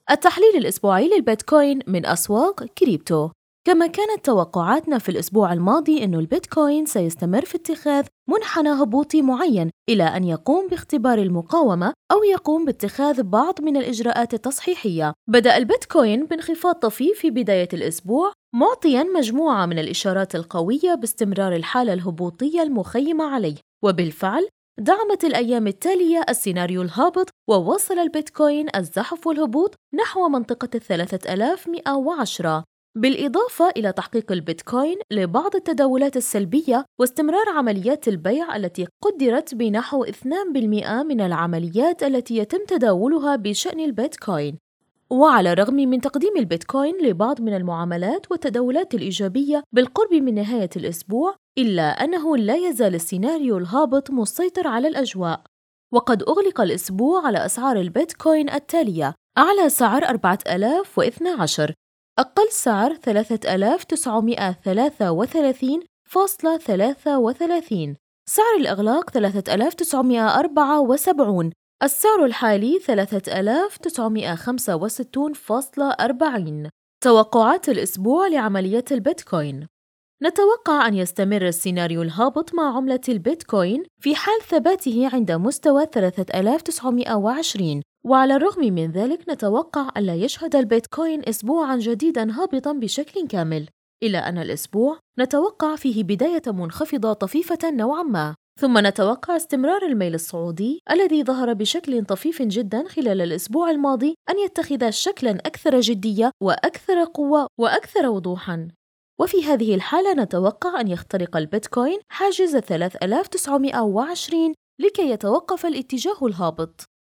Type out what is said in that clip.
التحليل الأسبوعي للبيتكوين من أسواق كريبتو. كما كانت توقعاتنا في الأسبوع الماضي أن البيتكوين سيستمر في اتخاذ منحنى هبوطي معين إلى أن يقوم باختبار المقاومة أو يقوم باتخاذ بعض من الإجراءات التصحيحية. بدأ البيتكوين بانخفاض طفيف في بداية الأسبوع، معطياً مجموعة من الإشارات القوية باستمرار الحالة الهبوطية المخيمة عليه، وبالفعل دعمت الأيام التالية السيناريو الهابط، ووصل البيتكوين الزحف والهبوط نحو منطقة 3110، بالإضافة إلى تحقيق البيتكوين لبعض التداولات السلبية واستمرار عمليات البيع التي قدرت بنحو 2% من العمليات التي يتم تداولها بشأن البيتكوين. وعلى الرغم من تقديم البيتكوين لبعض من المعاملات والتداولات الإيجابية بالقرب من نهاية الأسبوع، إلا أنه لا يزال السيناريو الهابط مسيطر على الأجواء. وقد أغلق الأسبوع على أسعار البيتكوين التالية: أعلى سعر 4012، أقل سعر 3933.33، سعر الإغلاق 3974، السعر الحالي 3965.40. توقعات الأسبوع لعمليات البيتكوين: نتوقع أن يستمر السيناريو الهابط مع عملة البيتكوين في حال ثباته عند مستوى 3920، وعلى الرغم من ذلك نتوقع ألا يشهد البيتكوين أسبوعاً جديداً هابطاً بشكل كامل، إلا أن الأسبوع نتوقع فيه بداية منخفضة طفيفة نوعاً ما، ثم نتوقع استمرار الميل الصعودي الذي ظهر بشكل طفيف جداً خلال الأسبوع الماضي أن يتخذ شكلاً أكثر جدية وأكثر قوة وأكثر وضوحاً. وفي هذه الحالة نتوقع أن يخترق البيتكوين حاجز 3920 لكي يتوقف الاتجاه الهابط.